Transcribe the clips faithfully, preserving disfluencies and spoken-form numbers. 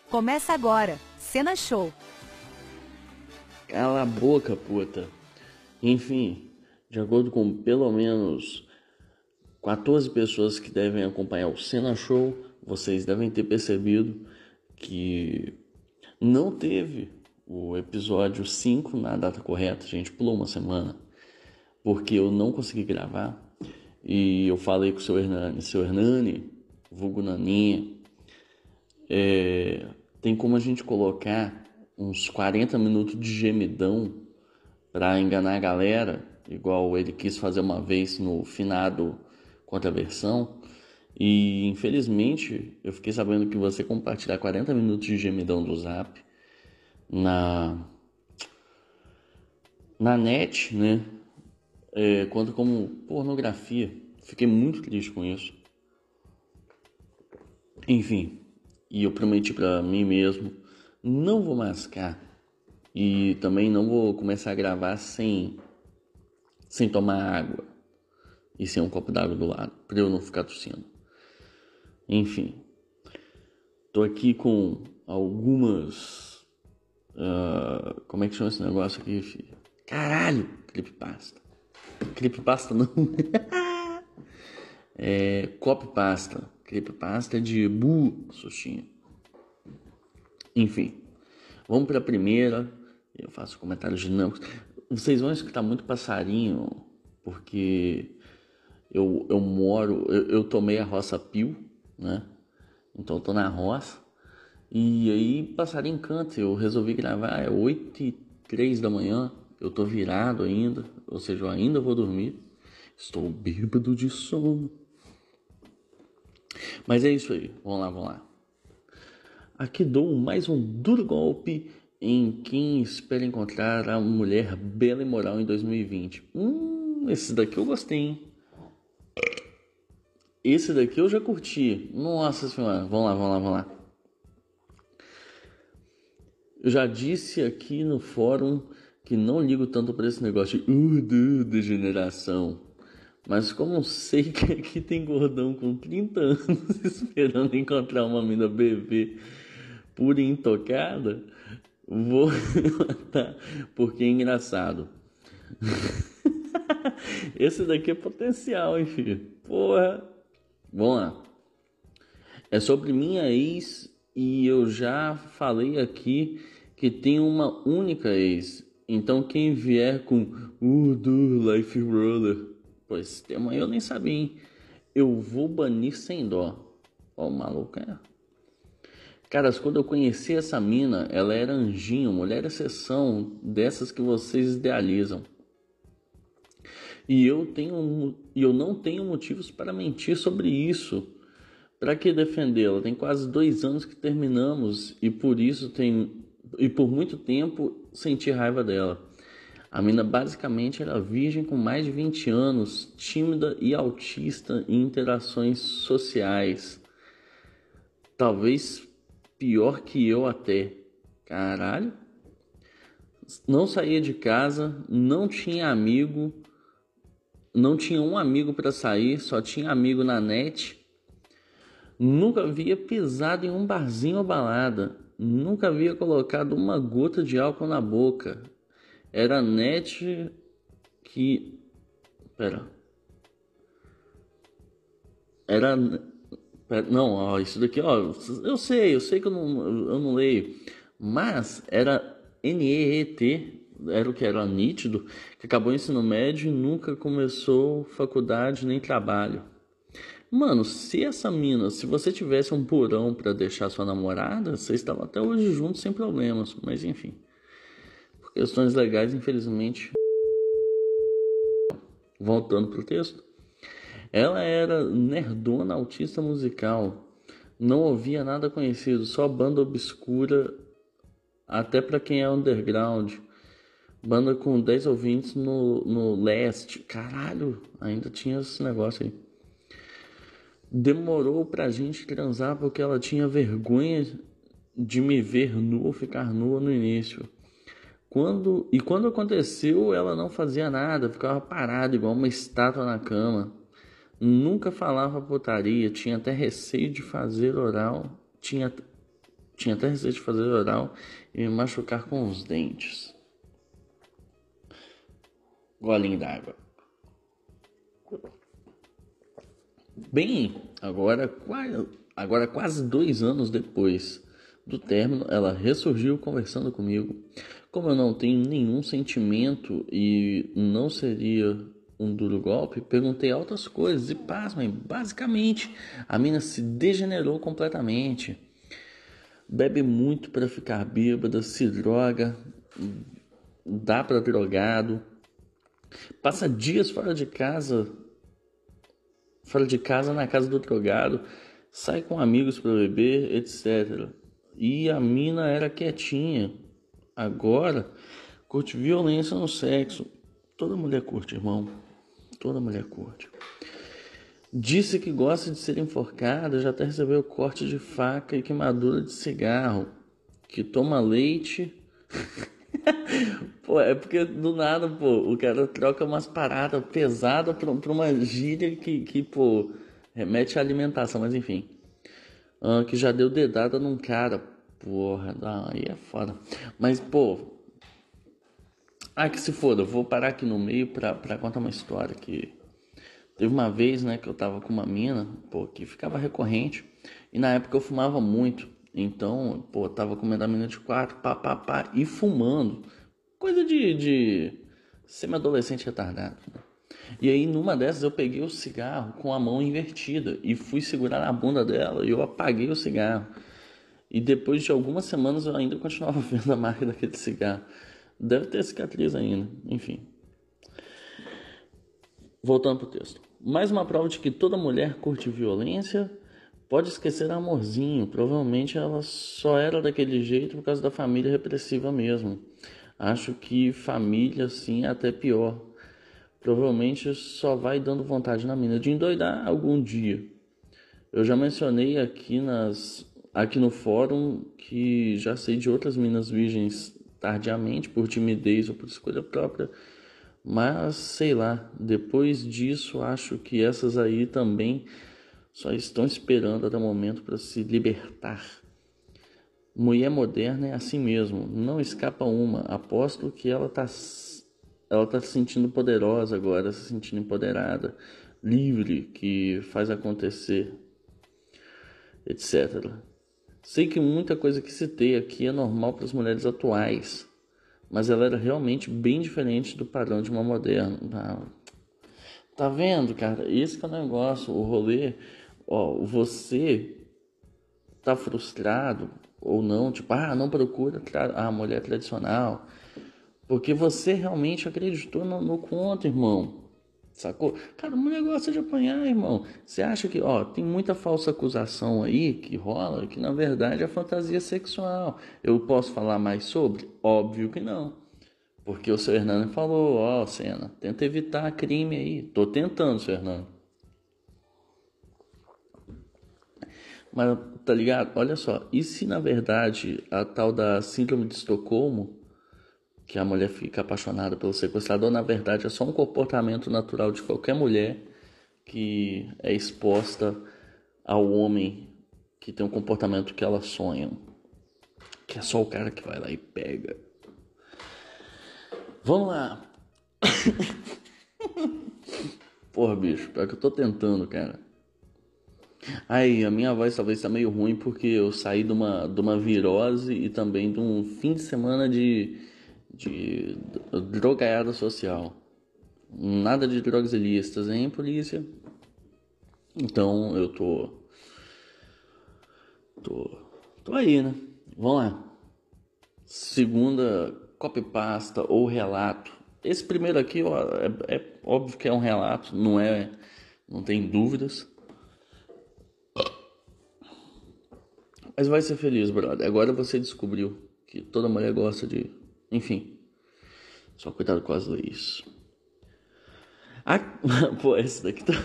Começa agora, Cena Show. Cala a boca, puta. Enfim, de acordo com pelo menos quatorze pessoas que devem acompanhar o Cena Show, vocês devem ter percebido que não teve o episódio cinco na data correta. A gente pulou uma semana porque eu não consegui gravar. E eu falei com o seu Hernani, seu Hernani, vulgo Naninha, é, tem como a gente colocar uns quarenta minutos de gemidão para enganar a galera, igual ele quis fazer uma vez no finado Contra-Versão. E infelizmente eu fiquei sabendo que você compartilhar quarenta minutos de gemidão do Zap na, na net, né? É, conta como pornografia. Fiquei muito triste com isso. Enfim, e eu prometi pra mim mesmo, não vou mascar e também não vou começar a gravar sem, sem tomar água e sem um copo d'água do lado, pra eu não ficar tossindo. Enfim, tô aqui com algumas... Uh, como é que chama esse negócio aqui, filho? Caralho, creepypasta. Creepypasta não. é, copypasta. Creepypasta de bu, sustinho. Enfim, vamos para a primeira. Eu faço comentários dinâmicos. Vocês vão escutar muito passarinho, porque eu, eu moro, eu, eu tomei a roça Pio, né? Então eu tô na roça. E aí passarinho canta. Eu resolvi gravar, é oito e três da manhã. Eu tô virado ainda, ou seja, eu ainda vou dormir. Estou bêbado de sono. Mas é isso aí, vamos lá, vamos lá. Aqui dou mais um duro golpe em quem espera encontrar a mulher bela e moral em dois mil e vinte. Hum, esse daqui eu gostei, hein? Esse daqui eu já curti. Nossa senhora, vamos lá, vamos lá, vamos lá. Eu já disse aqui no fórum que não ligo tanto para esse negócio de uh, degeneração. Mas como sei que aqui tem gordão com trinta anos esperando encontrar uma mina bebê pura e intocada, vou matar porque é engraçado. Esse daqui é potencial, hein, filho? Porra. Vamos lá. É sobre minha ex e eu já falei aqui que tem uma única ex. Então quem vier com uh, do Life Roller, pois tema eu nem sabia, hein? Eu vou banir sem dó. Ó, o maluco é. Caras, quando eu conheci essa mina, ela era anjinho, mulher exceção, dessas que vocês idealizam. E eu, tenho, eu não tenho motivos para mentir sobre isso. Para que defendê-la? Tem quase dois anos que terminamos e por isso tem, e por muito tempo senti raiva dela. A mina basicamente era virgem com mais de vinte anos, tímida e autista em interações sociais. Talvez pior que eu até. Caralho. Não saía de casa, não tinha amigo, não tinha um amigo para sair, só tinha amigo na net. Nunca havia pisado em um barzinho ou balada. Nunca havia colocado uma gota de álcool na boca. Era a net que... Pera. Era... Pera. Não, ó, isso daqui, ó... Eu sei, eu sei que eu não, eu não leio. Mas era N E E T, era o que era nítido, que acabou o ensino médio e nunca começou faculdade nem trabalho. Mano, se essa mina, se você tivesse um porão pra deixar sua namorada, vocês estavam até hoje juntos sem problemas. Mas enfim, por questões legais, infelizmente. Voltando pro texto. Ela era nerdona autista musical. Não ouvia nada conhecido, só banda obscura, até pra quem é underground. Banda com dez ouvintes no, no leste. Caralho, ainda tinha esse negócio aí. Demorou pra gente transar porque ela tinha vergonha de me ver nua ou ficar nua no início. Quando, e quando aconteceu, ela não fazia nada, ficava parada igual uma estátua na cama. Nunca falava putaria, tinha até receio de fazer oral. Tinha, tinha até receio de fazer oral e me machucar com os dentes. Golinho d'água. Bem, agora, agora quase dois anos depois do término, ela ressurgiu conversando comigo. Como eu não tenho nenhum sentimento e não seria um duro golpe, perguntei altas coisas e, pasmem, basicamente, a mina se degenerou completamente. Bebe muito para ficar bêbada, se droga, dá para drogado, passa dias fora de casa, fora de casa na casa do drogado, sai com amigos para beber, etcétera. E a mina era quietinha. Agora, curte violência no sexo. Toda mulher curte, irmão. Toda mulher curte. Disse que gosta de ser enforcada, já até recebeu corte de faca e queimadura de cigarro. Que toma leite. Pô, é porque do nada, pô, o cara troca umas paradas pesadas pra, pra uma gíria que, que, pô, remete à alimentação, mas enfim. Ah, que já deu dedada num cara. Porra, aí é foda. Mas, pô, ah, que se foda, eu vou parar aqui no meio pra, pra contar uma história que teve uma vez, né, que eu tava com uma mina, pô, que ficava recorrente, e na época eu fumava muito, então, pô, tava comendo a mina de quatro, pá, pá, pá, e fumando, coisa de, de semi-adolescente retardado, né? E aí, numa dessas, eu peguei o cigarro com a mão invertida e fui segurar na bunda dela e eu apaguei o cigarro. E depois de algumas semanas eu ainda continuava vendo a marca daquele cigarro. Deve ter cicatriz ainda, enfim. Voltando pro texto. Mais uma prova de que toda mulher curte violência. Pode esquecer amorzinho. Provavelmente ela só era daquele jeito por causa da família repressiva mesmo. Acho que família, assim, é até pior. Provavelmente só vai dando vontade na mina de endoidar algum dia. Eu já mencionei aqui, nas, aqui no fórum que já sei de outras minas virgens tardiamente, por timidez ou por escolha própria. Mas, sei lá, depois disso acho que essas aí também só estão esperando até o momento para se libertar. Mulher moderna é assim mesmo, não escapa uma. Aposto que ela está ela tá se sentindo poderosa agora, se sentindo empoderada, livre, que faz acontecer, etcétera. Sei que muita coisa que citei aqui é normal para as mulheres atuais, mas ela era realmente bem diferente do padrão de uma moderna. Ah, tá vendo, cara? Esse que é o negócio, o rolê. Ó, você tá frustrado ou não, tipo, ah, não procura a mulher tradicional, porque você realmente acreditou no, no conto, irmão. Sacou? Cara, o negócio é de apanhar, irmão. Você acha que, ó, tem muita falsa acusação aí que rola, que na verdade é fantasia sexual. Eu posso falar mais sobre? Óbvio que não. Porque o seu Hernando falou, ó, Senna, tenta evitar crime aí. Tô tentando, seu Hernando. Mas, tá ligado? Olha só, e se na verdade a tal da síndrome de Estocolmo, que a mulher fica apaixonada pelo sequestrador, na verdade é só um comportamento natural de qualquer mulher que é exposta ao homem que tem um comportamento que ela sonha, que é só o cara que vai lá e pega. Vamos lá. Porra, bicho, pior que eu tô tentando, cara. Aí, a minha voz talvez tá meio ruim porque eu saí de uma, de uma virose e também de um fim de semana de, de drogaiada social. Nada de drogas ilícitas, hein, polícia? Então, eu tô... Tô... Tô aí, né? Vamos lá. Segunda, copypasta ou relato. Esse primeiro aqui, ó, é, é óbvio que é um relato, não é... Não tem dúvidas. Mas vai ser feliz, brother. Agora você descobriu que toda mulher gosta de... Enfim. Só cuidado com as leis. Ah, pô, essa daqui tá...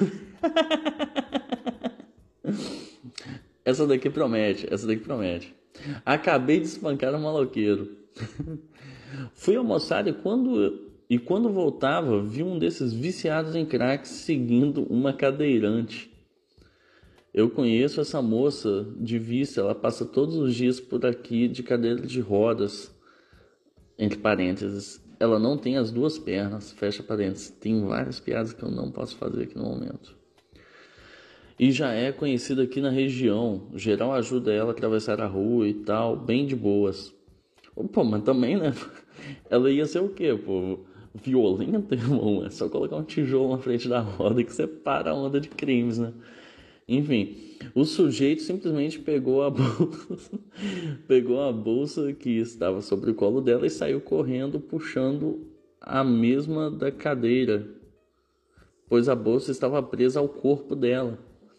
essa daqui promete. Essa daqui promete. Acabei de espancar um maloqueiro. Fui almoçar e quando... E quando voltava, vi um desses viciados em crack seguindo uma cadeirante. Eu conheço essa moça de vista, ela passa todos os dias por aqui de cadeira de rodas, entre parênteses. Ela não tem as duas pernas, fecha parênteses. Tem várias piadas que eu não posso fazer aqui no momento. E já é conhecida aqui na região. O geral ajuda ela a atravessar a rua e tal, bem de boas. Pô, mas também, né? Ela ia ser o quê, pô? Violenta, irmão? É só colocar um tijolo na frente da roda que separa a onda de crimes, né? Enfim, o sujeito simplesmente pegou a bolsa, pegou a bolsa que estava sobre o colo dela e saiu correndo puxando a mesma da cadeira, pois a bolsa estava presa ao corpo dela.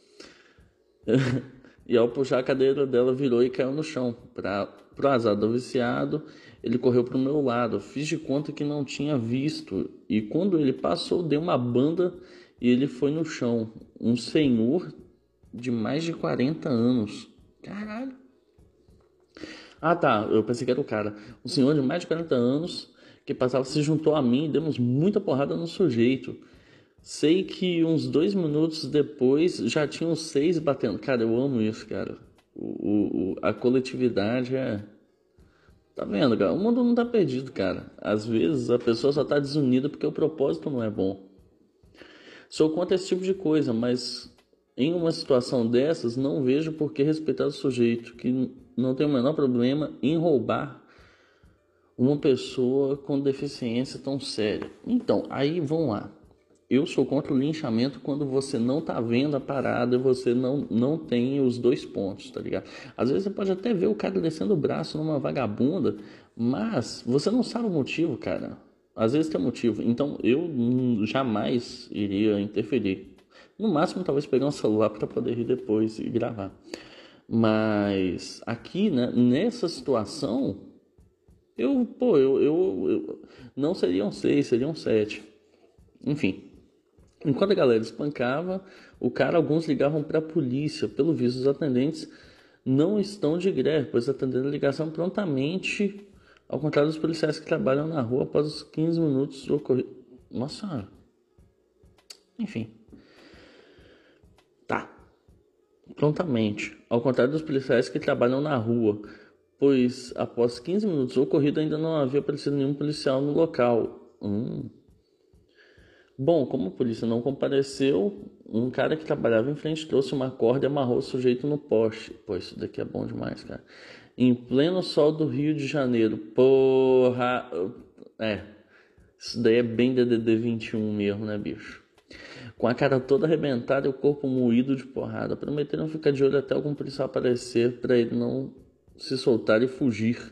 E ao puxar a cadeira dela virou e caiu no chão. Para o azar do viciado, ele correu para o meu lado. Fiz de conta que não tinha visto. E quando ele passou, deu uma banda e ele foi no chão. Um senhor de mais de quarenta anos. Caralho. Ah, tá. Eu pensei que era o cara. Um senhor de mais de quarenta anos que passava se juntou a mim e demos muita porrada no sujeito. Sei que uns dois minutos depois já tinham seis batendo. Cara, eu amo isso, cara. O, o, a coletividade é... Tá vendo, cara? O mundo não tá perdido, cara. Às vezes a pessoa só tá desunida porque o propósito não é bom. Sou contra esse tipo de coisa, mas em uma situação dessas não vejo por que respeitar o sujeito que não tem o menor problema em roubar uma pessoa com deficiência tão séria. Então, aí vamos lá. Eu sou contra o linchamento quando você não tá vendo a parada e você não, não tem os dois pontos, tá ligado? Às vezes você pode até ver o cara descendo o braço numa vagabunda, mas você não sabe o motivo, cara. Às vezes tem motivo. Então eu jamais iria interferir. No máximo, talvez pegar um celular para poder ir depois e gravar. Mas aqui, né, nessa situação, eu, pô, eu, eu, eu não seriam seis, seriam sete. Enfim. Enquanto a galera espancava o cara, alguns ligavam para a polícia. Pelo visto, os atendentes não estão de greve, pois atenderam a ligação prontamente, ao contrário dos policiais que trabalham na rua após os quinze minutos do ocorrido. Nossa senhora. Enfim. Tá. Prontamente. Ao contrário dos policiais que trabalham na rua, pois após quinze minutos do ocorrido ainda não havia aparecido nenhum policial no local. Hum... Bom, como a polícia não compareceu, um cara que trabalhava em frente trouxe uma corda e amarrou o sujeito no poste. Pô, isso daqui é bom demais, cara. Em pleno sol do Rio de Janeiro. Porra! É, isso daí é bem D D D vinte e um mesmo, né, bicho? Com a cara toda arrebentada e o corpo moído de porrada. Prometeram ficar de olho até algum policial aparecer para ele não se soltar e fugir.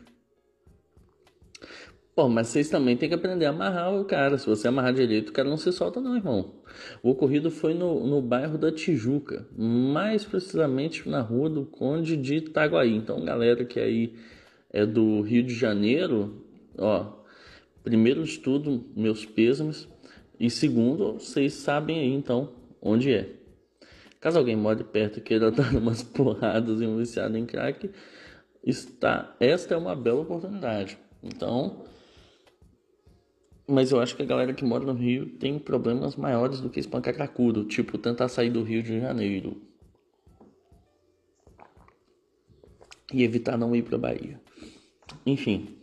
Pô, mas vocês também têm que aprender a amarrar o cara. Se você amarrar direito, o cara não se solta não, irmão. O ocorrido foi no, no bairro da Tijuca, mais precisamente na rua do Conde de Itaguaí. Então, galera que aí é do Rio de Janeiro, ó, primeiro de tudo, meus pêsames. E segundo, vocês sabem aí, então, onde é. Caso alguém more perto e queira dar umas porradas em um viciado em crack, está, esta é uma bela oportunidade. Então... Mas eu acho que a galera que mora no Rio tem problemas maiores do que espancar cracudo. Tipo, tentar sair do Rio de Janeiro. E evitar não ir pra Bahia. Enfim.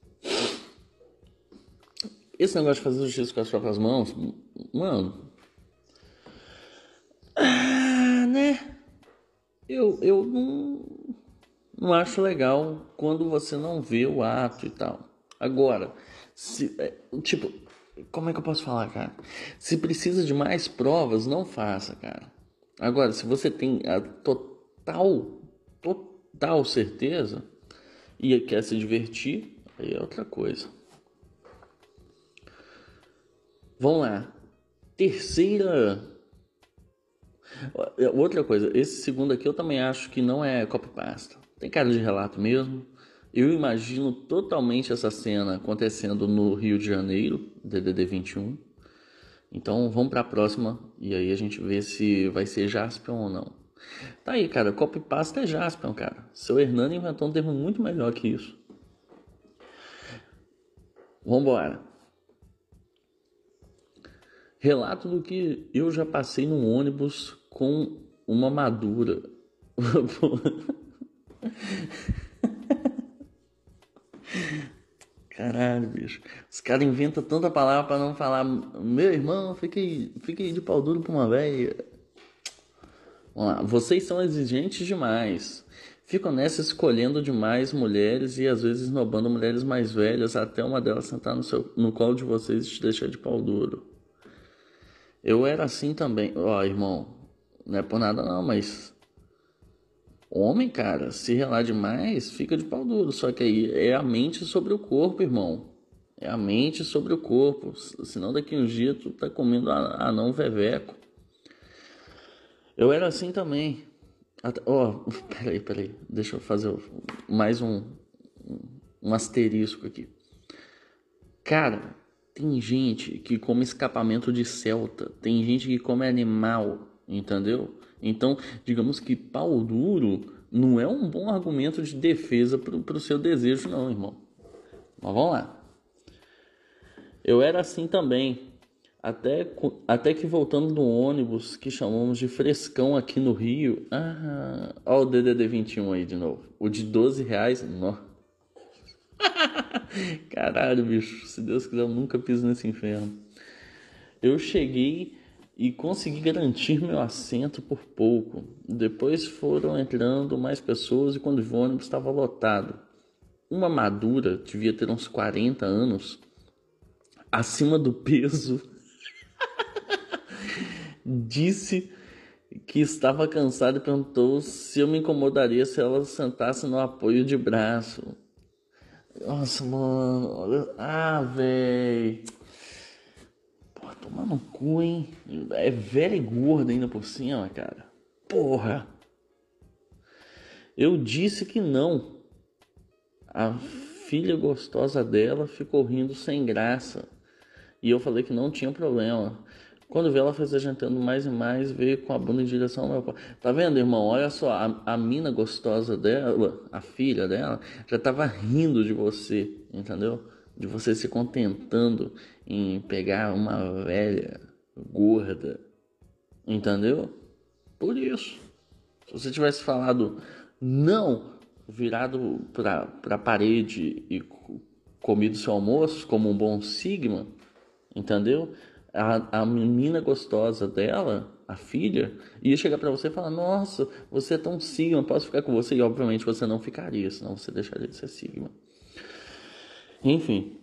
Esse negócio de fazer justiça com as próprias mãos... Mano... Ah, né? Eu, eu não... Não acho legal quando você não vê o ato e tal. Agora... Se, tipo, como é que eu posso falar, cara? Se precisa de mais provas, não faça, cara. Agora, se você tem a total, total certeza e quer se divertir, aí é outra coisa. Vamos lá. Terceira... Outra coisa, esse segundo aqui eu também acho que não é copypasta. Tem cara de relato mesmo. Eu imagino totalmente essa cena acontecendo no Rio de Janeiro, D D D vinte e um. Então vamos para a próxima e aí a gente vê se vai ser Jaspion ou não. Tá aí, cara, copypasta é Jaspion, cara. Seu Hernani inventou um termo muito melhor que isso. Vambora. Relato do que eu já passei num ônibus com uma madura. Caralho, bicho. Os caras inventam tanta palavra pra não falar. Meu irmão, fiquei, fiquei de pau duro pra uma velha. Vamos lá. Vocês são exigentes demais. Ficam nessa escolhendo demais mulheres e às vezes esnobando mulheres mais velhas até uma delas sentar no, seu, no colo de vocês e te deixar de pau duro. Eu era assim também. Ó, oh, irmão, não é por nada não, mas... Homem, cara, se relar demais, fica de pau duro. Só que aí é a mente sobre o corpo, irmão. É a mente sobre o corpo. Senão daqui uns dias tu tá comendo anão veveco. Eu era assim também. Ó, oh, peraí, peraí. Deixa eu fazer mais um, um asterisco aqui. Cara, tem gente que come escapamento de Celta. Tem gente que come animal, entendeu? Então, digamos que pau duro não é um bom argumento de defesa para o seu desejo, não, irmão. Mas vamos lá. Eu era assim também. Até, até que voltando no ônibus que chamamos de frescão aqui no Rio. Ah, ó o D D D vinte e um aí de novo. O de doze reais. Nó. Caralho, bicho. Se Deus quiser, eu nunca piso nesse inferno. Eu cheguei e consegui garantir meu assento por pouco. Depois foram entrando mais pessoas e quando vi o ônibus estava lotado. Uma madura, devia ter uns quarenta anos, acima do peso, disse que estava cansada e perguntou se eu me incomodaria se ela sentasse no apoio de braço. Nossa, mano. Ah, véi. Porra, toma no cu, hein? É velha e gorda ainda por cima, cara. Porra. Eu disse que não. A filha gostosa dela ficou rindo sem graça. E eu falei que não tinha problema. Quando vi ela fazejando mais e mais, veio com a bunda em direção ao meu pai. Tá vendo, irmão? Olha só, a, a mina gostosa dela, a filha dela, já tava rindo de você, entendeu? De você se contentando em pegar uma velha gorda, entendeu? Por isso. Se você tivesse falado não, virado pra, pra parede e comido seu almoço como um bom sigma, entendeu? A, a menina gostosa dela, a filha, ia chegar pra você e falar: nossa, você é tão sigma, posso ficar com você? E obviamente você não ficaria, senão você deixaria de ser sigma. Enfim,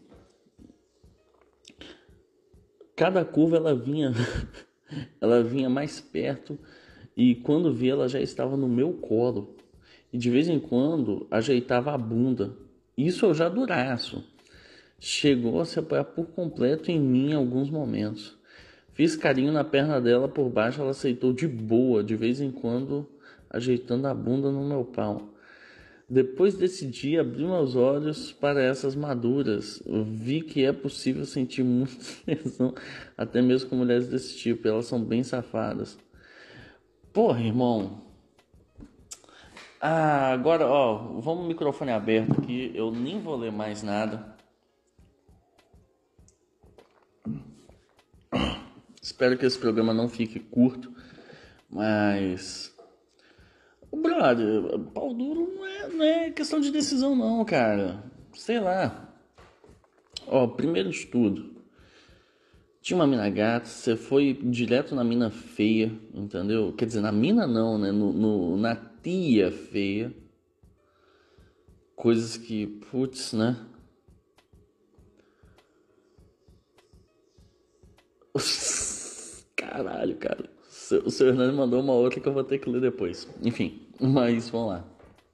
cada curva ela vinha ela vinha mais perto e quando vi ela já estava no meu colo e de vez em quando ajeitava a bunda. Isso eu já duraço. Chegou a se apoiar por completo em mim em alguns momentos. Fiz carinho na perna dela por baixo, ela aceitou de boa, de vez em quando ajeitando a bunda no meu pau. Depois desse dia, abri meus olhos para essas maduras. Vi que é possível sentir muita tesão, até mesmo com mulheres desse tipo. Elas são bem safadas. Porra, irmão. Ah, agora, ó, vamos microfone aberto aqui. Eu nem vou ler mais nada. Espero que esse programa não fique curto, mas... Brother, pau duro não é, não é questão de decisão não, cara. Sei lá. Ó, primeiro de tudo, tinha uma mina gata, você foi direto na mina feia, entendeu? Quer dizer, na mina não, né? No, no, na tia feia. Coisas que, putz, né? Caralho, cara. O seu Hernani mandou uma outra que eu vou ter que ler depois. Enfim, mas vamos lá.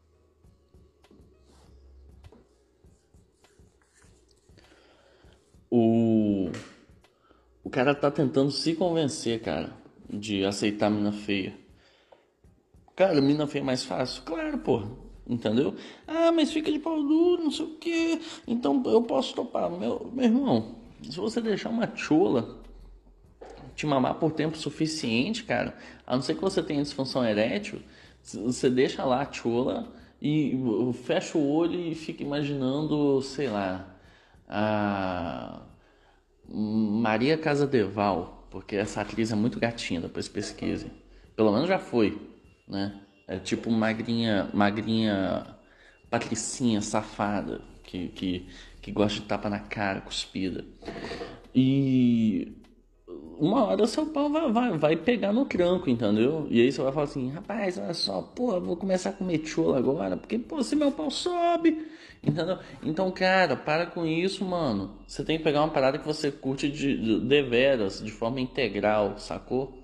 O... o cara tá tentando se convencer, cara, de aceitar a mina feia. Cara, mina feia é mais fácil? Claro, porra. Entendeu? Ah, mas fica de pau duro, não sei o quê. Então eu posso topar. Meu, meu irmão, se você deixar uma chola te mamar por tempo suficiente, cara, a não ser que você tenha disfunção erétil, você deixa lá a chola e fecha o olho e fica imaginando, sei lá, a Maria Casadeval, porque essa atriz é muito gatinha, depois pesquise. Pelo menos já foi, né? É tipo magrinha, magrinha patricinha safada que, que, que gosta de tapa na cara, cuspida. E uma hora seu pau vai, vai, vai pegar no tranco, entendeu? E aí você vai falar assim, rapaz, olha só, pô, vou começar a comer chola agora, porque, pô, se meu pau sobe, entendeu? Então, cara, para com isso, mano. Você tem que pegar uma parada que você curte de, de, de veras, de forma integral, sacou?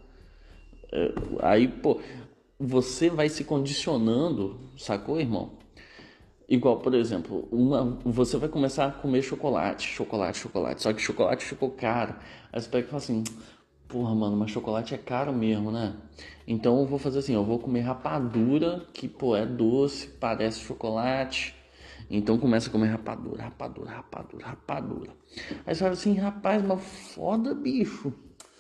É, aí, pô, você vai se condicionando, sacou, irmão? Igual, por exemplo, uma, você vai começar a comer chocolate, chocolate, chocolate. Só que chocolate ficou caro. Aí você pega e fala assim, porra, mano, mas chocolate é caro mesmo, né? Então eu vou fazer assim, eu vou comer rapadura, que, pô, é doce, parece chocolate. Então começa a comer rapadura, rapadura, rapadura, rapadura. Aí você fala assim, rapaz, mas foda, bicho,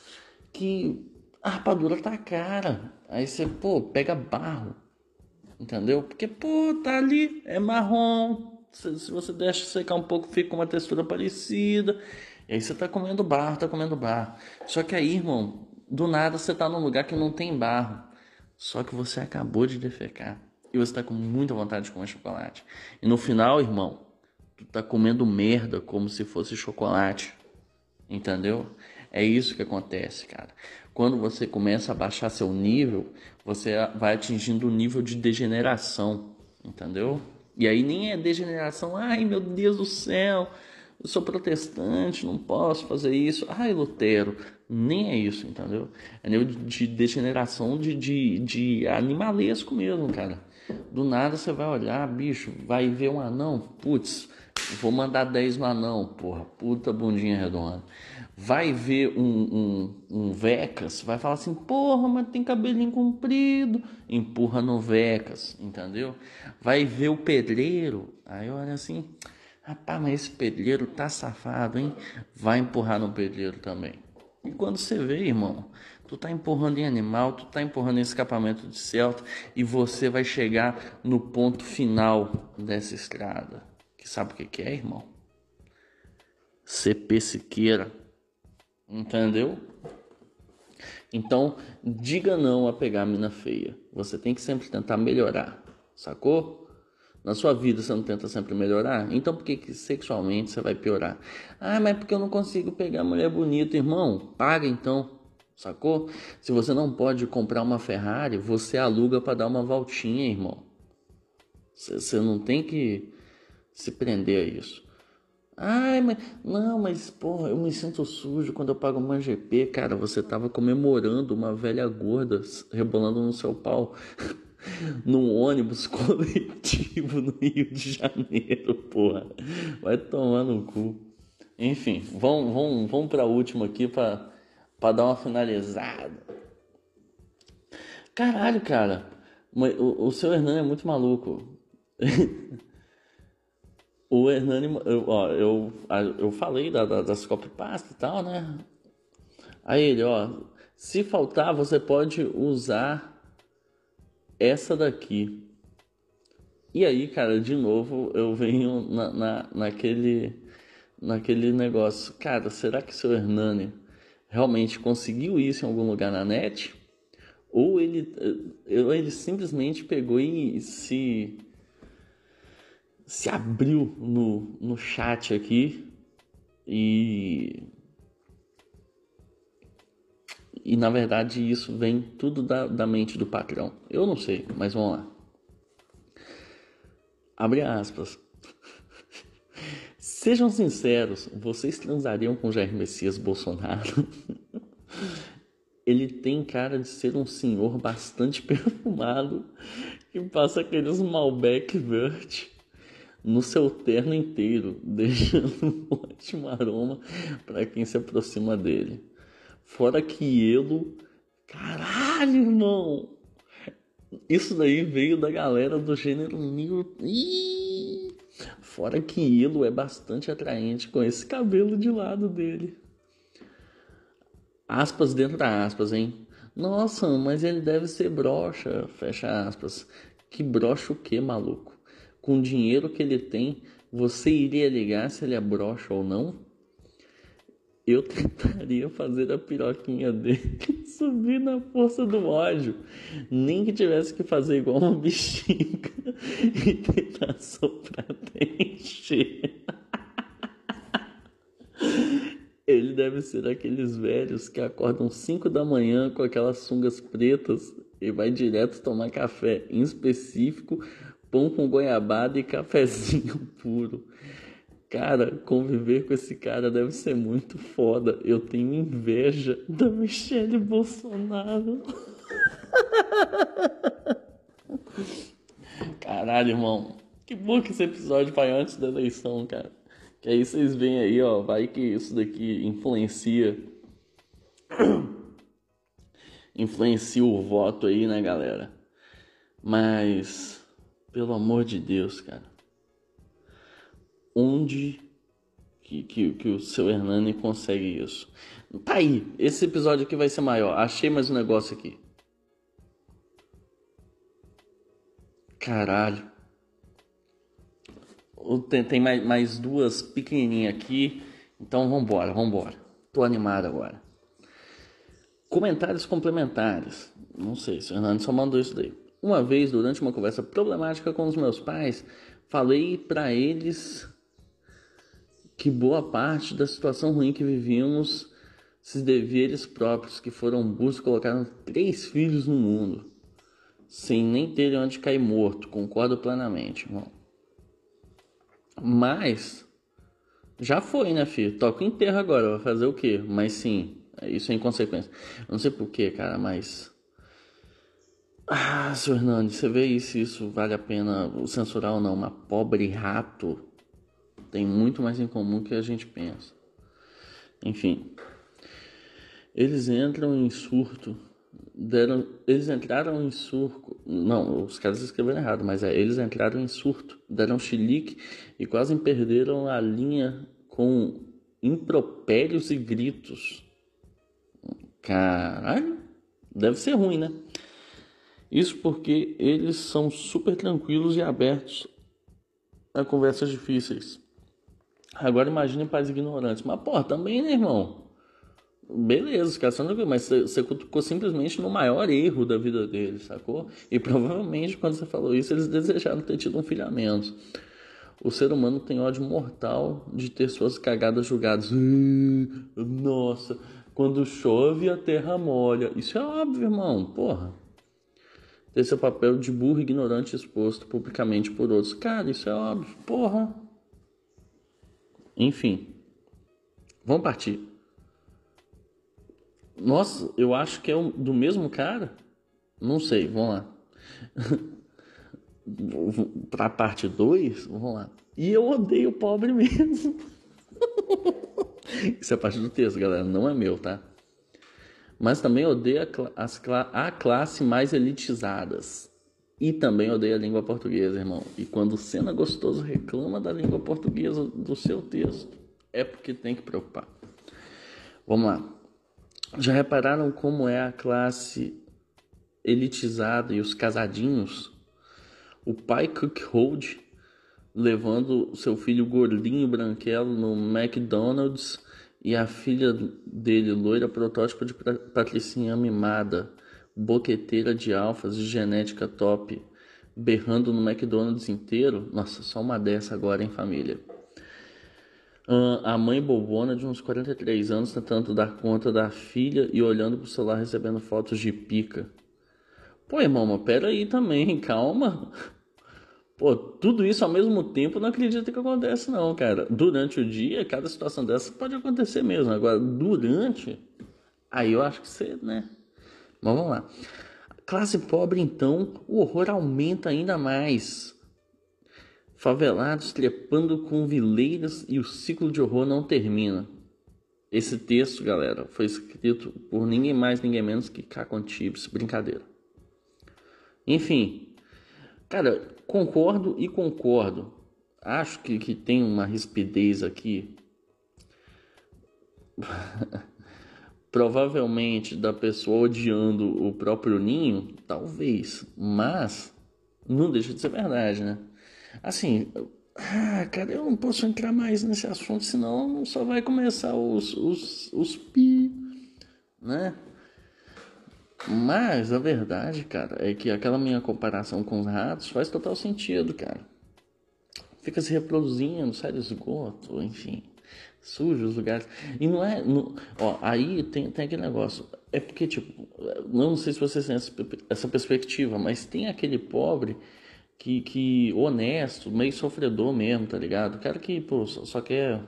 que a rapadura tá cara. Aí você, pô, pega barro. Entendeu? Porque, pô, tá ali, é marrom. Se, se você deixa secar um pouco, fica com uma textura parecida. E aí você tá comendo barro, tá comendo barro. Só que aí, irmão, do nada você tá num lugar que não tem barro. Só que você acabou de defecar. E você tá com muita vontade de comer chocolate. E no final, irmão, tu tá comendo merda como se fosse chocolate. Entendeu? É isso que acontece, cara. Quando você começa a baixar seu nível, você vai atingindo um nível de degeneração, entendeu? E aí nem é degeneração, ai meu Deus do céu, eu sou protestante, não posso fazer isso. Ai, Lutero, nem é isso, entendeu? É nível de degeneração de, de, de animalesco mesmo, cara. Do nada você vai olhar, bicho, vai ver um anão, putz, vou mandar dez no anão, porra, puta bundinha redonda. Vai ver um, um, um Vecas, vai falar assim, porra, mas tem cabelinho comprido, empurra no Vecas, entendeu? Vai ver o pedreiro, aí olha assim, rapaz, mas esse pedreiro tá safado, hein? Vai empurrar no pedreiro também. E quando você vê, irmão, tu tá empurrando em animal, tu tá empurrando em escapamento de Celta e você vai chegar no ponto final dessa estrada. Que sabe o que que é, irmão? C P Siqueira. Entendeu? Então, diga não a pegar a mina feia. Você tem que sempre tentar melhorar, sacou? Na sua vida você não tenta sempre melhorar? Então por que, que sexualmente você vai piorar? Ah, mas porque eu não consigo pegar mulher bonita, irmão. Paga então, sacou? Se você não pode comprar uma Ferrari, você aluga para dar uma voltinha, irmão. Você não tem que se prender a isso. Ai, mas não, mas porra, eu me sinto sujo quando eu pago uma G P, cara. Você tava comemorando uma velha gorda rebolando no seu pau num ônibus coletivo no Rio de Janeiro, porra. Vai tomar no cu. Enfim, vamos, vamos, vamos pra última aqui pra, pra dar uma finalizada. Caralho, cara. O, o seu Hernani é muito maluco. O Hernani, eu, ó, eu, eu falei da, da, das copypasta e tal, né? Aí ele, ó, se faltar, você pode usar essa daqui. E aí, cara, de novo, eu venho na, na, naquele, naquele negócio. Cara, será que o seu Hernani realmente conseguiu isso em algum lugar na net? Ou ele, ou ele simplesmente pegou e se... se abriu no, no chat aqui e e na verdade isso vem tudo da, da mente do patrão. Eu não sei, mas vamos lá. Abre aspas. Sejam sinceros, vocês transariam com Jair Messias Bolsonaro? Ele tem cara de ser um senhor bastante perfumado que passa aqueles Malbec verde no seu terno inteiro, deixando um ótimo aroma para quem se aproxima dele. Fora que ele... Caralho, irmão! Isso daí veio da galera do gênero New... Ih! Fora que ele é bastante atraente com esse cabelo de lado dele. Aspas dentro da aspas, hein? Nossa, mas ele deve ser broxa, fecha aspas. Que broxa o que, maluco? Com o dinheiro que ele tem, você iria ligar se ele é broxa ou não? eu tentaria fazer a piroquinha dele subir na força do ódio. Nem que tivesse que fazer igual uma bexiga e tentar soprar até encher. Ele deve ser aqueles velhos que acordam cinco da manhã com aquelas sungas pretas e vai direto tomar café, em específico pão com goiabada e cafezinho puro. Cara, conviver com esse cara deve ser muito foda. Eu tenho inveja da Michelle Bolsonaro. Caralho, irmão. Que bom que esse episódio vai antes da eleição, cara. Que aí vocês veem aí, ó. Vai que isso daqui influencia. Influencia o voto aí, né, galera? Mas, pelo amor de Deus, cara. Onde que, que, que o seu Hernani consegue isso? Tá aí, esse episódio aqui vai ser maior. Achei mais um negócio aqui. Caralho. Tem, tem mais, mais duas pequenininhas aqui. Então vambora, vambora. Tô animado agora. Comentários complementares. Não sei se o Hernani só mandou isso daí. Uma vez, durante uma conversa problemática com os meus pais, falei pra eles que boa parte da situação ruim que vivíamos se devia a eles próprios, que foram burros e colocaram três filhos no mundo, sem nem terem onde cair morto. Concordo plenamente, irmão. Mas já foi, né, filho? Toca o enterro agora, vai fazer o quê? Mas sim, isso é inconsequência. Eu não sei porquê, cara, mas... Ah, seu Hernani, você vê isso, isso vale a pena censurar ou não? Uma pobre rato tem muito mais em comum que a gente pensa. Enfim, eles entram em surto, deram, eles entraram em surto, não, os caras escreveram errado, mas é, eles entraram em surto, deram chilique e quase perderam a linha com impropérios e gritos. Caralho, deve ser ruim, né? Isso porque eles são super tranquilos e abertos a conversas difíceis. Agora imagine pais ignorantes. Mas, porra, também, né, irmão? Beleza, os caras são tranquilos, mas você ficou simplesmente no maior erro da vida deles, sacou? E provavelmente, quando você falou isso, eles desejaram ter tido um filho a menos. O ser humano tem ódio mortal de ter suas cagadas julgadas. Nossa, quando chove a terra molha. Isso é óbvio, irmão, porra. Ter seu papel de burro ignorante exposto publicamente por outros. Cara, isso é óbvio, porra. Enfim, vamos partir. Nossa, eu acho que é do mesmo cara? Não sei, vamos lá. Pra parte dois, vamos lá. E eu odeio o pobre mesmo. Isso é parte do texto, galera, não é meu, tá? Mas também odeio a, as, a classe mais elitizadas. E também odeio a língua portuguesa, irmão. E quando o Senna Gostoso reclama da língua portuguesa do seu texto, é porque tem que preocupar. Vamos lá. Já repararam como é a classe elitizada e os casadinhos? O pai cookhold levando seu filho gordinho branquelo no McDonald's e a filha dele, loira, protótipo de patricinha mimada, boqueteira de alfas de genética top, berrando no McDonald's inteiro. Nossa, só uma dessa agora, hein, família? Uh, a mãe bobona de uns quarenta e três anos tentando dar conta da filha e olhando pro celular recebendo fotos de pica. Pô, irmão, mas pera aí também, calma. Pô, tudo isso ao mesmo tempo não acredito que acontece não, cara. Durante o dia, cada situação dessa pode acontecer mesmo. Agora, durante... Aí eu acho que você, né... Mas vamos lá. Classe pobre, então, o horror aumenta ainda mais. Favelados trepando com vileiras e o ciclo de horror não termina. Esse texto, galera, foi escrito por ninguém mais, ninguém menos que Cacon Tibbs. Brincadeira. Enfim, cara, concordo e concordo. Acho que, que tem uma rispidez aqui. Provavelmente da pessoa odiando o próprio ninho, talvez. Mas não deixa de ser verdade, né? Assim, Ah, cara, eu não posso entrar mais nesse assunto, senão só vai começar os, os, os pi, né? Mas a verdade, cara, é que aquela minha comparação com os ratos faz total sentido, cara. Fica se reproduzindo, sai do esgoto, enfim, suja os lugares. E não é. Não, ó, aí tem, tem aquele negócio. É porque, tipo, não sei se vocês têm essa, essa perspectiva, mas tem aquele pobre que, que honesto, meio sofredor mesmo, tá ligado? O cara que, pô, só, só quer.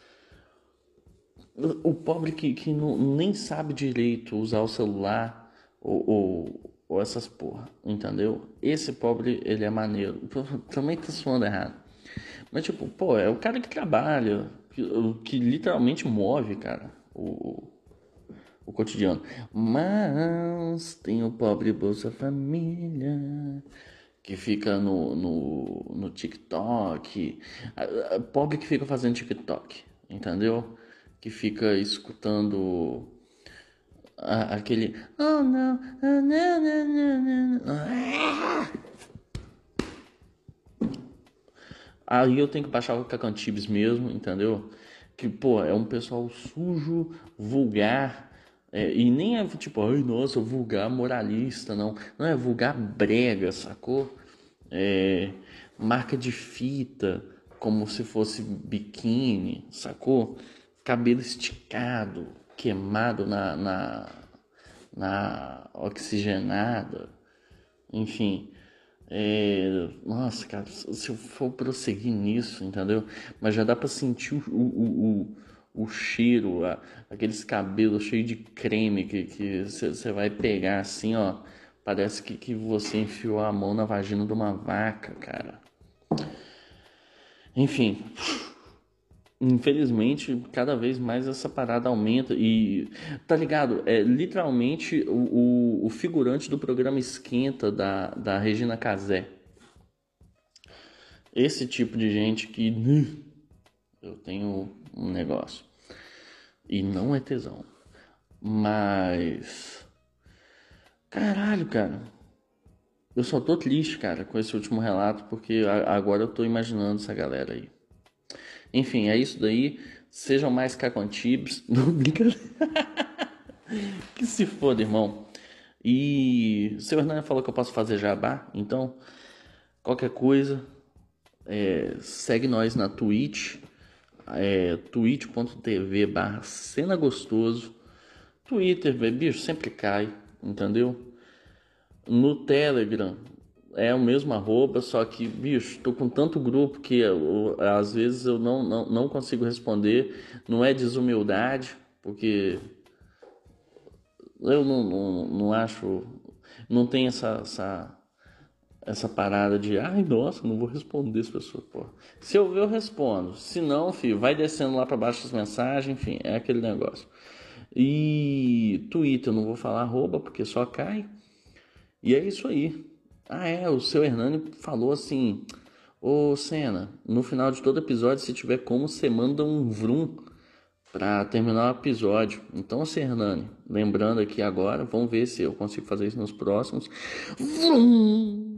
O pobre que, que não, nem sabe direito usar o celular ou, ou, ou essas porra, entendeu? Esse pobre, ele é maneiro. Também tá soando errado. Mas, tipo, pô, é o cara que trabalha, que, que literalmente move, cara, o, o cotidiano. Mas tem o pobre Bolsa Família, que fica no, no, no TikTok. A, a, pobre que fica fazendo TikTok, entendeu? Que fica escutando a, aquele. Oh, não. Ah, não, não, não, não. Ah! Aí eu tenho que baixar o Cacantibes mesmo, entendeu? Que, pô, é um pessoal sujo, vulgar, é, e nem é tipo, ai, nossa, vulgar moralista, não. Não é vulgar brega, sacou? É, marca de fita, como se fosse biquíni, sacou? Cabelo esticado, queimado na, na, na oxigenada, enfim. É, nossa, cara, se eu for prosseguir nisso, entendeu? Mas já dá pra sentir o, o, o, o cheiro, a, aqueles cabelos cheios de creme que você vai pegar assim, ó. Parece que, que você enfiou a mão na vagina de uma vaca, cara. Enfim, infelizmente, cada vez mais essa parada aumenta e, tá ligado? É literalmente o, o, o figurante do programa Esquenta da, da Regina Casé. Esse tipo de gente que eu tenho um negócio e não é tesão, mas caralho, cara, eu só tô triste, cara, com esse último relato porque agora eu tô imaginando essa galera aí. Enfim, é isso daí. Sejam mais cacantibes. Não, brincadeira. Que se foda, irmão. E o seu Hernani falou que eu posso fazer jabá, então qualquer coisa, é, segue nós na Twitch, é, twitch.tv barra cena gostoso. Twitter, bicho, sempre cai, entendeu? No Telegram é o mesmo arroba, só que, bicho, tô com tanto grupo que eu, às vezes eu não, não, não consigo responder. Não é desumildade, porque eu não, não, não acho, não tem essa, essa, essa parada de, ai, nossa, não vou responder as pessoas, pô. Se eu ver, eu respondo. Se não, filho, vai descendo lá pra baixo as mensagens, enfim, é aquele negócio. E Twitter, eu não vou falar arroba, porque só cai. E é isso aí. Ah, é, o seu Hernani falou assim, ô Senna, no final de todo episódio, se tiver como, você manda um vrum pra terminar o episódio. Então, seu Hernani, lembrando aqui agora, vamos ver se eu consigo fazer isso nos próximos. Vrum!